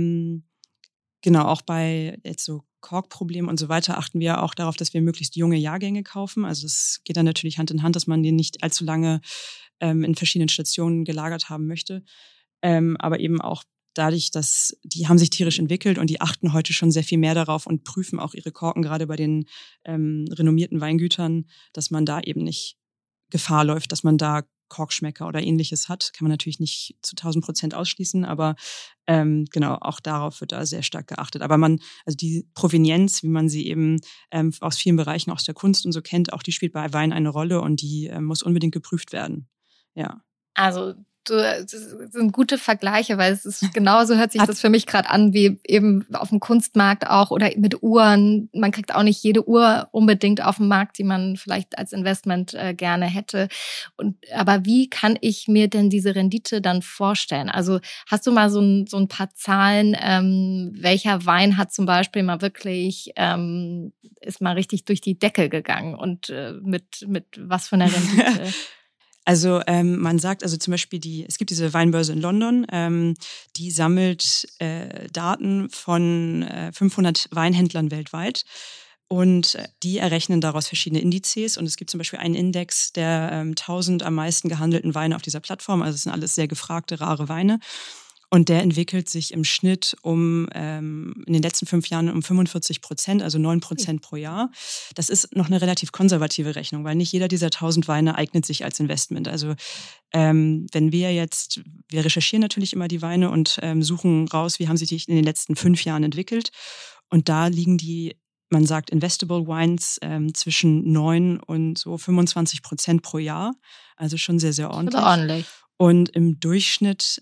genau, auch bei jetzt so Korkproblemen und so weiter achten wir auch darauf, dass wir möglichst junge Jahrgänge kaufen. Also es geht dann natürlich Hand in Hand, dass man den nicht allzu lange in verschiedenen Stationen gelagert haben möchte. Aber eben auch dadurch, dass die haben sich tierisch entwickelt und die achten heute schon sehr viel mehr darauf und prüfen auch ihre Korken, gerade bei den renommierten Weingütern, dass man da eben nicht Gefahr läuft, dass man da Korkschmecker oder Ähnliches hat. Kann man natürlich nicht zu 1000% ausschließen, aber genau, auch darauf wird da sehr stark geachtet. Aber also die Provenienz, wie man sie eben aus vielen Bereichen aus der Kunst und so kennt, auch die spielt bei Wein eine Rolle und die muss unbedingt geprüft werden. Ja. Also das sind gute Vergleiche, weil es ist genauso hört sich das für mich gerade an, wie eben auf dem Kunstmarkt auch oder mit Uhren. Man kriegt auch nicht jede Uhr unbedingt auf dem Markt, die man vielleicht als Investment gerne hätte. Aber wie kann ich mir denn diese Rendite dann vorstellen? Also hast du mal so ein paar Zahlen, welcher Wein hat zum Beispiel mal wirklich, ist mal richtig durch die Decke gegangen und mit was für einer Rendite? Also man sagt, also zum Beispiel es gibt diese Weinbörse in London, die sammelt Daten von 500 Weinhändlern weltweit und die errechnen daraus verschiedene Indizes und es gibt zum Beispiel einen Index der 1000 am meisten gehandelten Weine auf dieser Plattform, also es sind alles sehr gefragte, rare Weine. Und der entwickelt sich im Schnitt in den letzten 5 Jahren um 45%, also 9% pro Jahr. Das ist noch eine relativ konservative Rechnung, weil nicht jeder dieser 1000 Weine eignet sich als Investment. Also wenn wir recherchieren natürlich immer die Weine und suchen raus, wie haben sie sich in den letzten 5 Jahren entwickelt. Und da liegen man sagt Investable Wines zwischen 9 und so 25% pro Jahr. Also schon sehr, sehr ordentlich. Das ist ordentlich. Und im Durchschnitt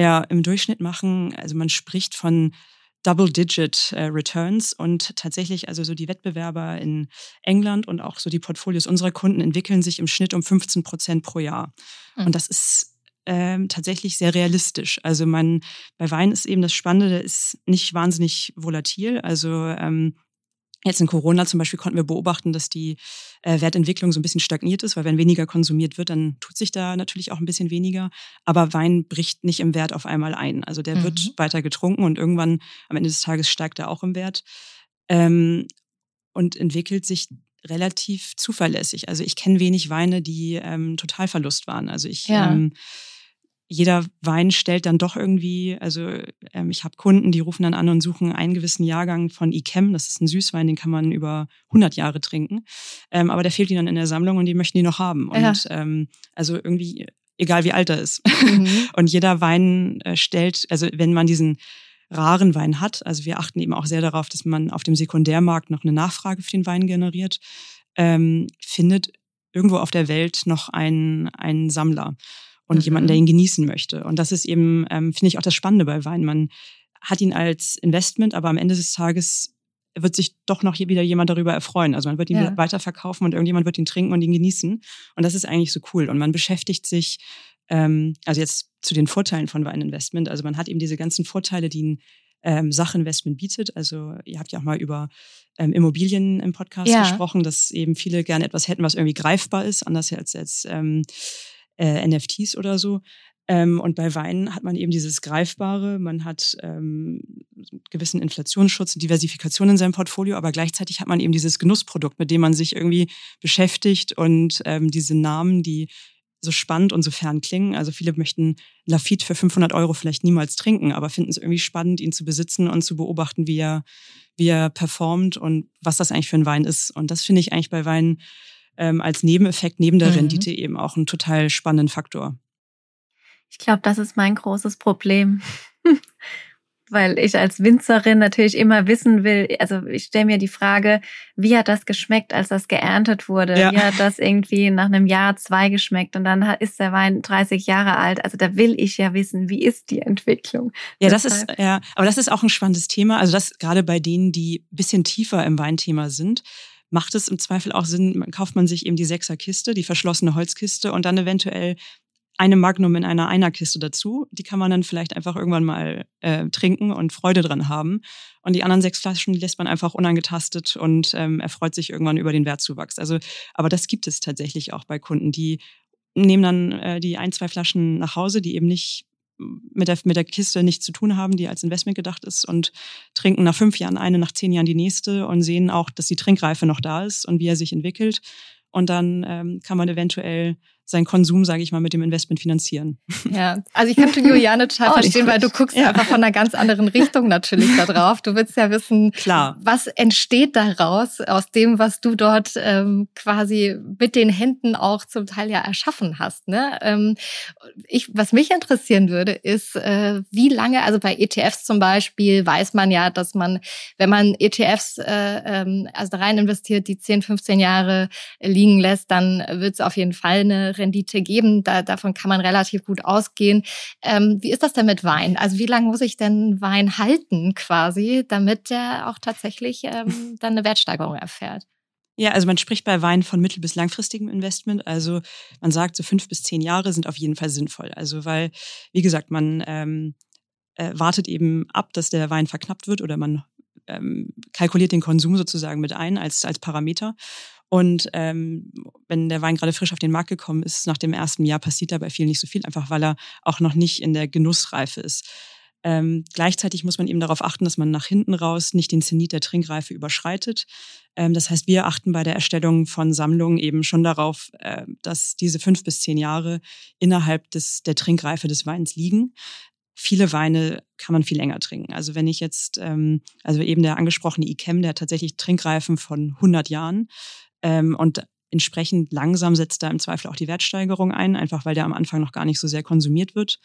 machen, also man spricht von Double-Digit Returns und tatsächlich, also so die Wettbewerber in England und auch so die Portfolios unserer Kunden entwickeln sich im Schnitt um 15% pro Jahr. Mhm. Und das ist tatsächlich sehr realistisch. Also bei Wein ist eben das Spannende, der ist nicht wahnsinnig volatil. Also jetzt in Corona zum Beispiel konnten wir beobachten, dass die Wertentwicklung so ein bisschen stagniert ist, weil wenn weniger konsumiert wird, dann tut sich da natürlich auch ein bisschen weniger. Aber Wein bricht nicht im Wert auf einmal ein. Also der wird weiter getrunken und irgendwann am Ende des Tages steigt er auch im Wert und entwickelt sich relativ zuverlässig. Also ich kenne wenig Weine, die Totalverlust waren. Also jeder Wein stellt dann doch irgendwie, also ich habe Kunden, die rufen dann an und suchen einen gewissen Jahrgang von Yquem, das ist ein Süßwein, den kann man über 100 Jahre trinken, aber der fehlt ihnen dann in der Sammlung und die möchten die noch haben. Und also irgendwie, egal wie alt er ist. Und jeder Wein stellt, also wenn man diesen raren Wein hat, also wir achten eben auch sehr darauf, dass man auf dem Sekundärmarkt noch eine Nachfrage für den Wein generiert, findet irgendwo auf der Welt noch einen Sammler. Und jemanden, der ihn genießen möchte. Und das ist eben, finde ich, auch das Spannende bei Wein. Man hat ihn als Investment, aber am Ende des Tages wird sich doch noch wieder jemand darüber erfreuen. Also man wird ihn weiterverkaufen und irgendjemand wird ihn trinken und ihn genießen. Und das ist eigentlich so cool. Und man beschäftigt sich, also jetzt zu den Vorteilen von Weininvestment. Also man hat eben diese ganzen Vorteile, die ein Sachinvestment bietet. Also ihr habt ja auch mal über Immobilien im Podcast gesprochen, dass eben viele gerne etwas hätten, was irgendwie greifbar ist, anders als NFTs oder so. Und bei Wein hat man eben dieses Greifbare, man hat gewissen Inflationsschutz und Diversifikation in seinem Portfolio, aber gleichzeitig hat man eben dieses Genussprodukt, mit dem man sich irgendwie beschäftigt und diese Namen, die so spannend und so fern klingen. Also viele möchten Lafite für 500 € vielleicht niemals trinken, aber finden es irgendwie spannend, ihn zu besitzen und zu beobachten, wie er performt und was das eigentlich für ein Wein ist. Und das finde ich eigentlich bei Wein als Nebeneffekt neben der Rendite eben auch einen total spannenden Faktor. Ich glaube, das ist mein großes Problem, weil ich als Winzerin natürlich immer wissen will, also ich stelle mir die Frage, wie hat das geschmeckt, als das geerntet wurde? Ja. Wie hat das irgendwie nach einem Jahr, 2 geschmeckt? Und dann ist der Wein 30 Jahre alt. Also da will ich ja wissen, wie ist die Entwicklung? Ja, aber das ist auch ein spannendes Thema. Also das gerade bei denen, die ein bisschen tiefer im Weinthema sind, macht es im Zweifel auch Sinn, kauft man sich eben die 6er-Kiste, die verschlossene Holzkiste und dann eventuell eine Magnum in einer Einerkiste dazu. Die kann man dann vielleicht einfach irgendwann mal trinken und Freude dran haben. Und die anderen 6 Flaschen, die lässt man einfach unangetastet und erfreut sich irgendwann über den Wertzuwachs. Also, aber das gibt es tatsächlich auch bei Kunden, die nehmen dann die 1, 2 Flaschen nach Hause, die eben nicht mit der Kiste nichts zu tun haben, die als Investment gedacht ist und trinken nach 5 Jahren eine, nach 10 Jahren die nächste und sehen auch, dass die Trinkreife noch da ist und wie er sich entwickelt. Und dann kann man eventuell seinen Konsum, sage ich mal, mit dem Investment finanzieren. Ja, also ich kann Juliane total verstehen, weil du guckst einfach von einer ganz anderen Richtung natürlich da drauf. Du willst ja wissen, klar, was entsteht daraus, aus dem, was du dort quasi mit den Händen auch zum Teil ja erschaffen hast. Ne? Was mich interessieren würde, ist, wie lange, also bei ETFs zum Beispiel, weiß man ja, dass man, wenn man ETFs also da rein investiert, die 10, 15 Jahre liegen lässt, dann wird es auf jeden Fall eine Rendite geben. Davon kann man relativ gut ausgehen. Wie ist das denn mit Wein? Also wie lange muss ich denn Wein halten quasi, damit der auch tatsächlich dann eine Wertsteigerung erfährt? Ja, also man spricht bei Wein von mittel- bis langfristigem Investment. Also man sagt, so 5 bis 10 Jahre sind auf jeden Fall sinnvoll. Also weil, wie gesagt, man wartet eben ab, dass der Wein verknappt wird oder man kalkuliert den Konsum sozusagen mit ein als Parameter. Und wenn der Wein gerade frisch auf den Markt gekommen ist, nach dem ersten Jahr passiert da bei vielen nicht so viel, einfach weil er auch noch nicht in der Genussreife ist. Gleichzeitig muss man eben darauf achten, dass man nach hinten raus nicht den Zenit der Trinkreife überschreitet. Das heißt, wir achten bei der Erstellung von Sammlungen eben schon darauf, dass diese 5 bis 10 Jahre innerhalb der Trinkreife des Weins liegen. Viele Weine kann man viel länger trinken. Also wenn ich jetzt, also eben der angesprochene Yquem, der hat tatsächlich Trinkreifen von 100 Jahren und entsprechend langsam setzt da im Zweifel auch die Wertsteigerung ein, einfach weil der am Anfang noch gar nicht so sehr konsumiert wird.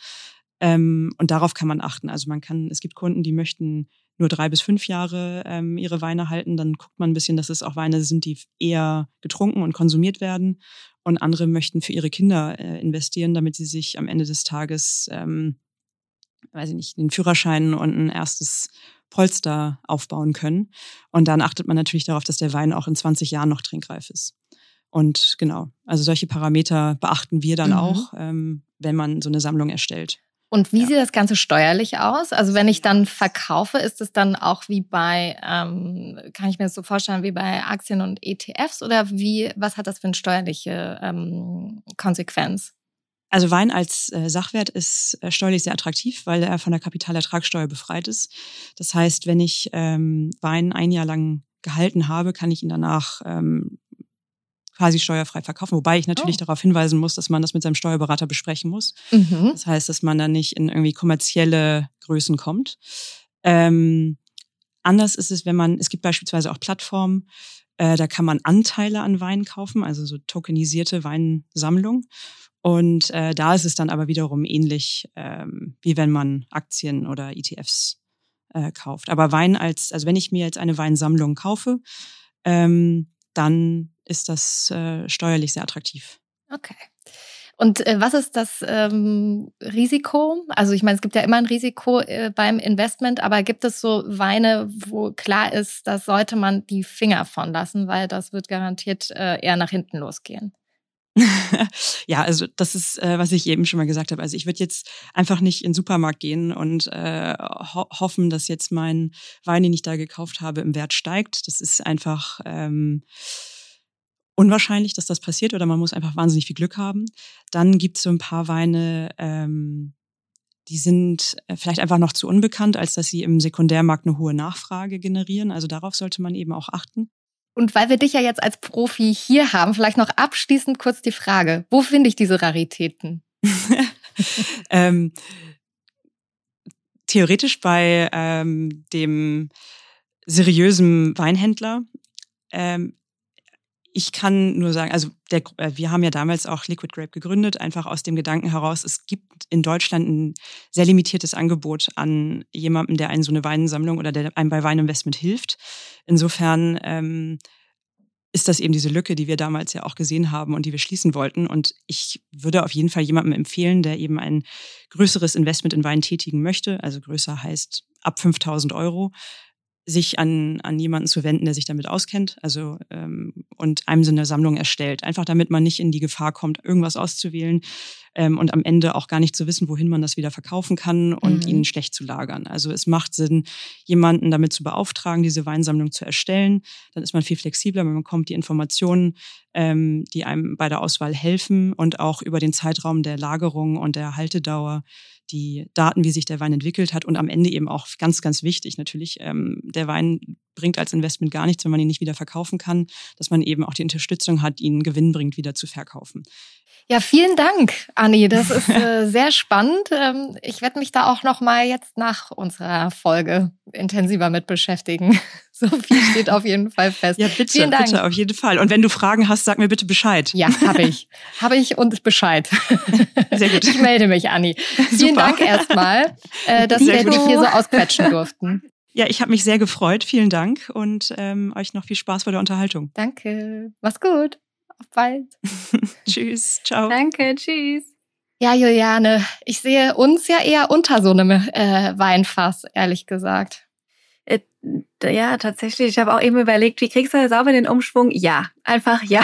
Und darauf kann man achten. Also es gibt Kunden, die möchten nur 3 bis 5 Jahre ihre Weine halten. Dann guckt man ein bisschen, dass es auch Weine sind, die eher getrunken und konsumiert werden. Und andere möchten für ihre Kinder investieren, damit sie sich am Ende des Tages weiß ich nicht, den Führerschein und ein erstes Polster aufbauen können. Und dann achtet man natürlich darauf, dass der Wein auch in 20 Jahren noch trinkreif ist. Und genau, also solche Parameter beachten wir dann auch, wenn man so eine Sammlung erstellt. Und wie sieht das Ganze steuerlich aus? Also wenn ich dann verkaufe, ist es dann auch wie bei, kann ich mir das so vorstellen, wie bei Aktien und ETFs oder was hat das für eine steuerliche Konsequenz? Also Wein als Sachwert ist steuerlich sehr attraktiv, weil er von der Kapitalertragssteuer befreit ist. Das heißt, wenn ich Wein 1 Jahr lang gehalten habe, kann ich ihn danach quasi steuerfrei verkaufen. Wobei ich natürlich darauf hinweisen muss, dass man das mit seinem Steuerberater besprechen muss. Das heißt, dass man dann nicht in irgendwie kommerzielle Größen kommt. Anders ist es, es gibt beispielsweise auch Plattformen, da kann man Anteile an Wein kaufen, also so tokenisierte Weinsammlung. Und da ist es dann aber wiederum ähnlich, wie wenn man Aktien oder ETFs kauft. Aber also wenn ich mir jetzt eine Weinsammlung kaufe, dann ist das steuerlich sehr attraktiv. Okay. Und was ist das Risiko? Also ich meine, es gibt ja immer ein Risiko beim Investment, aber gibt es so Weine, wo klar ist, da sollte man die Finger von lassen, weil das wird garantiert eher nach hinten losgehen? Ja, also das ist, was ich eben schon mal gesagt habe. Also ich würde jetzt einfach nicht in den Supermarkt gehen und hoffen, dass jetzt mein Wein, den ich da gekauft habe, im Wert steigt. Das ist einfach unwahrscheinlich, dass das passiert, oder man muss einfach wahnsinnig viel Glück haben. Dann gibt es so ein paar Weine, die sind vielleicht einfach noch zu unbekannt, als dass sie im Sekundärmarkt eine hohe Nachfrage generieren. Also darauf sollte man eben auch achten. Und weil wir dich ja jetzt als Profi hier haben, vielleicht noch abschließend kurz die Frage, wo finde ich diese Raritäten? Theoretisch bei dem seriösen Weinhändler. Ich kann nur sagen, also wir haben ja damals auch Liquid Grape gegründet, einfach aus dem Gedanken heraus, es gibt in Deutschland ein sehr limitiertes Angebot an jemandem, der einen so eine Weinsammlung oder der einem bei Weininvestment hilft. Insofern ist das eben diese Lücke, die wir damals ja auch gesehen haben und die wir schließen wollten. Und ich würde auf jeden Fall jemandem empfehlen, der eben ein größeres Investment in Wein tätigen möchte, also größer heißt ab 5.000 €, sich an jemanden zu wenden, der sich damit auskennt, also und einem so eine Sammlung erstellt. Einfach damit man nicht in die Gefahr kommt, irgendwas auszuwählen und am Ende auch gar nicht zu wissen, wohin man das wieder verkaufen kann und ihn schlecht zu lagern. Also es macht Sinn, jemanden damit zu beauftragen, diese Weinsammlung zu erstellen. Dann ist man viel flexibler, man bekommt die Informationen, die einem bei der Auswahl helfen und auch über den Zeitraum der Lagerung und der Haltedauer die Daten, wie sich der Wein entwickelt hat und am Ende eben auch ganz, ganz wichtig natürlich, der Wein bringt als Investment gar nichts, wenn man ihn nicht wieder verkaufen kann, dass man eben auch die Unterstützung hat, ihn gewinnbringend wieder zu verkaufen. Ja, vielen Dank, Anni. Das ist sehr spannend. Ich werde mich da auch noch mal jetzt nach unserer Folge intensiver mit beschäftigen. So viel steht auf jeden Fall fest. Ja, bitte, vielen Dank. Bitte, auf jeden Fall. Und wenn du Fragen hast, sag mir bitte Bescheid. Ja, habe ich. Habe ich und Bescheid. Sehr gut. Ich melde mich, Anni. Vielen Dank erstmal, dass wir dich hier so ausquetschen durften. Ja, ich habe mich sehr gefreut. Vielen Dank und euch noch viel Spaß bei der Unterhaltung. Danke. Mach's gut. Auf bald. Tschüss. Ciao. Danke. Tschüss. Ja, Juliane, ich sehe uns ja eher unter so einem Weinfass, ehrlich gesagt. Ja, tatsächlich. Ich habe auch eben überlegt, wie kriegst du sauber den Umschwung? Ja, einfach ja.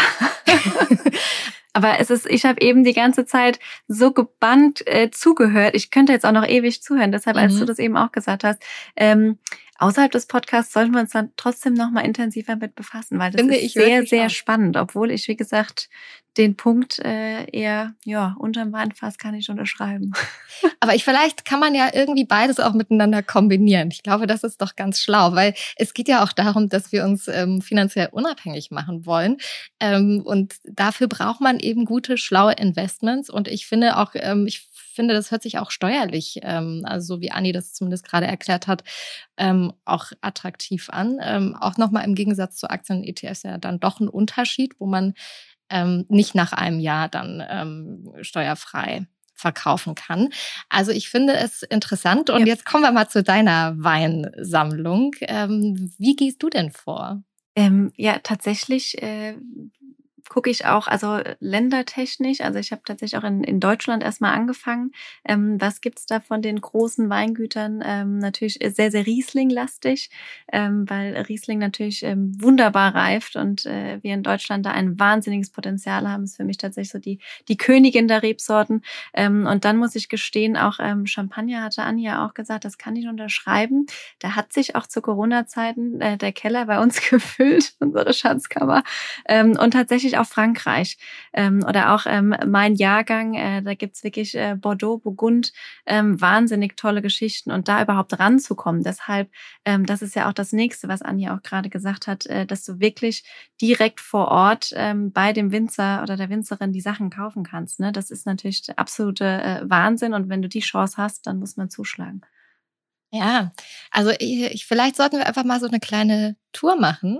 Aber ich habe eben die ganze Zeit so gebannt zugehört. Ich könnte jetzt auch noch ewig zuhören. Deshalb, als du das eben auch gesagt hast, außerhalb des Podcasts sollten wir uns dann trotzdem noch mal intensiver mit befassen, weil das ist sehr, sehr spannend. Obwohl ich, wie gesagt, den Punkt eher unterm Weinfass kann ich unterschreiben. Aber vielleicht kann man ja irgendwie beides auch miteinander kombinieren. Ich glaube, das ist doch ganz schlau, weil es geht ja auch darum, dass wir uns finanziell unabhängig machen wollen. Und dafür braucht man eben gute, schlaue Investments. Und ich finde auch, das hört sich auch steuerlich, also so wie Anni das zumindest gerade erklärt hat, auch attraktiv an. Auch nochmal im Gegensatz zu Aktien und ETFs ja dann doch ein Unterschied, wo man nicht nach einem Jahr dann steuerfrei verkaufen kann. Also ich finde es interessant. Und jetzt kommen wir mal zu deiner Weinsammlung. Wie gehst du denn vor? Ja, tatsächlich gucke ich auch, also ländertechnisch, also ich habe tatsächlich auch in Deutschland erstmal angefangen. Was gibt's da von den großen Weingütern? Natürlich sehr, sehr Riesling-lastig, weil Riesling natürlich wunderbar reift und wir in Deutschland da ein wahnsinniges Potenzial haben. Ist für mich tatsächlich so die Königin der Rebsorten. Und dann muss ich gestehen, auch Champagner hatte Anni ja auch gesagt, das kann ich unterschreiben. Da hat sich auch zu Corona-Zeiten der Keller bei uns gefüllt, unsere Schatzkammer. Und tatsächlich auch Frankreich oder auch mein Jahrgang, da gibt's wirklich Bordeaux, Burgund, wahnsinnig tolle Geschichten und da überhaupt ranzukommen. Deshalb, das ist ja auch das Nächste, was Anja auch gerade gesagt hat, dass du wirklich direkt vor Ort bei dem Winzer oder der Winzerin die Sachen kaufen kannst. Ne? Das ist natürlich der absolute Wahnsinn und wenn du die Chance hast, dann muss man zuschlagen. Ja, also vielleicht sollten wir einfach mal so eine kleine Tour machen.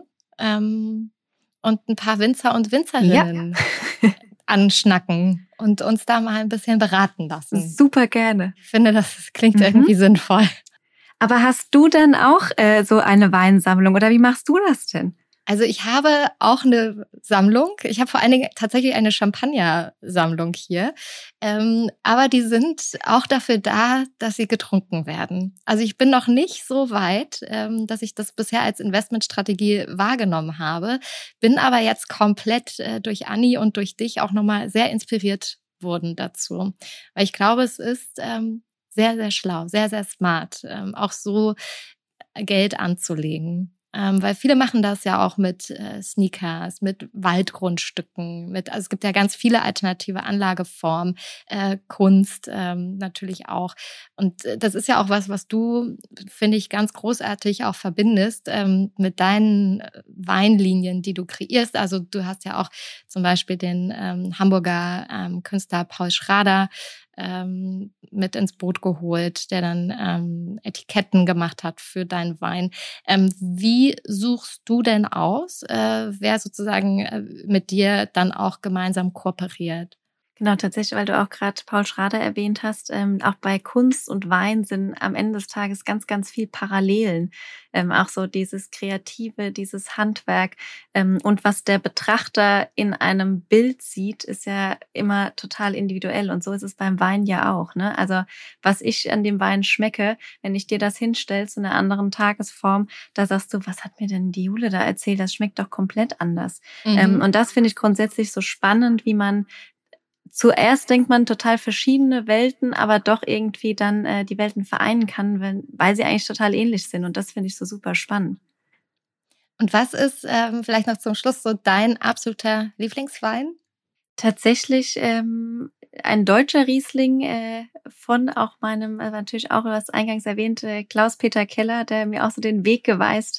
Und ein paar Winzer und Winzerinnen anschnacken und uns da mal ein bisschen beraten lassen. Super gerne. Ich finde, das klingt irgendwie sinnvoll. Aber hast du denn auch so eine Weinsammlung oder wie machst du das denn? Also ich habe auch eine Sammlung. Ich habe vor allen Dingen tatsächlich eine Champagner-Sammlung hier. Aber die sind auch dafür da, dass sie getrunken werden. Also ich bin noch nicht so weit, dass ich das bisher als Investmentstrategie wahrgenommen habe. Bin aber jetzt komplett durch Anni und durch dich auch nochmal sehr inspiriert worden dazu. Weil ich glaube, es ist sehr, sehr schlau, sehr, sehr smart, auch so Geld anzulegen. Weil viele machen das ja auch mit Sneakers, mit Waldgrundstücken, also es gibt ja ganz viele alternative Anlageformen, Kunst natürlich auch. Und das ist ja auch was du, finde ich, ganz großartig auch verbindest mit deinen Weinlinien, die du kreierst. Also du hast ja auch zum Beispiel den Hamburger Künstler Paul Schrader mit ins Boot geholt, der dann Etiketten gemacht hat für deinen Wein. Wie suchst du denn aus, wer sozusagen mit dir dann auch gemeinsam kooperiert? Genau, tatsächlich, weil du auch gerade Paul Schrader erwähnt hast, auch bei Kunst und Wein sind am Ende des Tages ganz, ganz viel Parallelen. Auch so dieses Kreative, dieses Handwerk. Und was der Betrachter in einem Bild sieht, ist ja immer total individuell. Und so ist es beim Wein ja auch. Ne? Also was ich an dem Wein schmecke, wenn ich dir das hinstellst in einer anderen Tagesform, da sagst du, was hat mir denn die Jule da erzählt? Das schmeckt doch komplett anders. Und das finde ich grundsätzlich so spannend, wie man zuerst denkt man total verschiedene Welten, aber doch irgendwie dann die Welten vereinen kann, weil sie eigentlich total ähnlich sind. Und das finde ich so super spannend. Und was ist vielleicht noch zum Schluss so dein absoluter Lieblingswein? Tatsächlich ein deutscher Riesling von auch meinem, natürlich auch das eingangs erwähnte Klaus-Peter Keller, der mir auch so den Weg gewiesen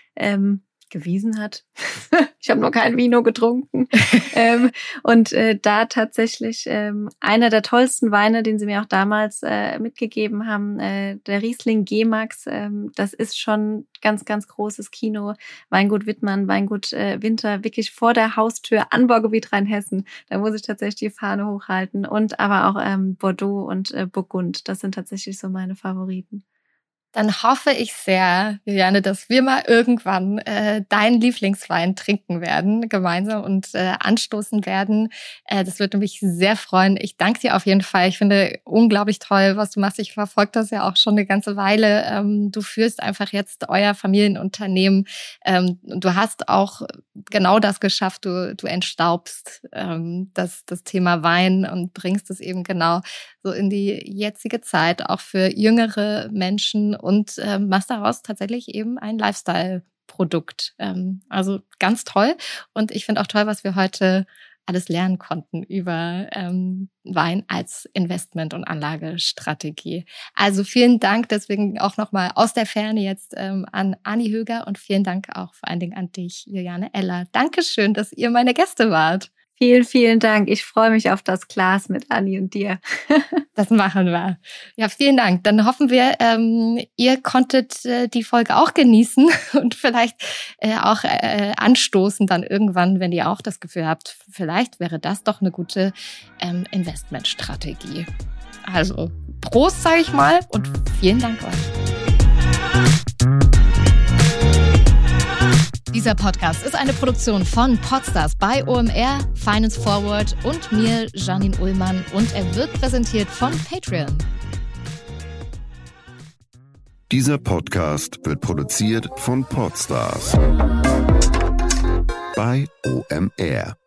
hat. Ich habe noch kein Vino getrunken. Und da tatsächlich einer der tollsten Weine, den sie mir auch damals mitgegeben haben, der Riesling G-Max, das ist schon ganz, ganz großes Kino. Weingut Wittmann, Weingut Winter, wirklich vor der Haustür, Anbaugebiet Rheinhessen. Da muss ich tatsächlich die Fahne hochhalten. Und aber auch Bordeaux und Burgund. Das sind tatsächlich so meine Favoriten. Dann hoffe ich sehr, Juliane, dass wir mal irgendwann deinen Lieblingswein trinken werden, gemeinsam und anstoßen werden. Das würde mich sehr freuen. Ich danke dir auf jeden Fall. Ich finde unglaublich toll, was du machst. Ich verfolge das ja auch schon eine ganze Weile. Du führst einfach jetzt euer Familienunternehmen. Du hast auch genau das geschafft. Du entstaubst das Thema Wein und bringst es eben genau so in die jetzige Zeit, auch für jüngere Menschen, und machst daraus tatsächlich eben ein Lifestyle-Produkt. Also ganz toll. Und ich finde auch toll, was wir heute alles lernen konnten über Wein als Investment- und Anlagestrategie. Also vielen Dank deswegen auch nochmal aus der Ferne jetzt an Anni Höger und vielen Dank auch vor allen Dingen an dich, Juliane Eller. Dankeschön, dass ihr meine Gäste wart. Vielen, vielen Dank. Ich freue mich auf das Glas mit Anni und dir. Das machen wir. Ja, vielen Dank. Dann hoffen wir, ihr konntet die Folge auch genießen und vielleicht auch anstoßen dann irgendwann, wenn ihr auch das Gefühl habt, vielleicht wäre das doch eine gute Investmentstrategie. Also Prost, sage ich mal, und vielen Dank euch. Dieser Podcast ist eine Produktion von Podstars bei OMR, Finance Forward und mir, Janine Ullmann, und er wird präsentiert von Patreon. Dieser Podcast wird produziert von Podstars bei OMR.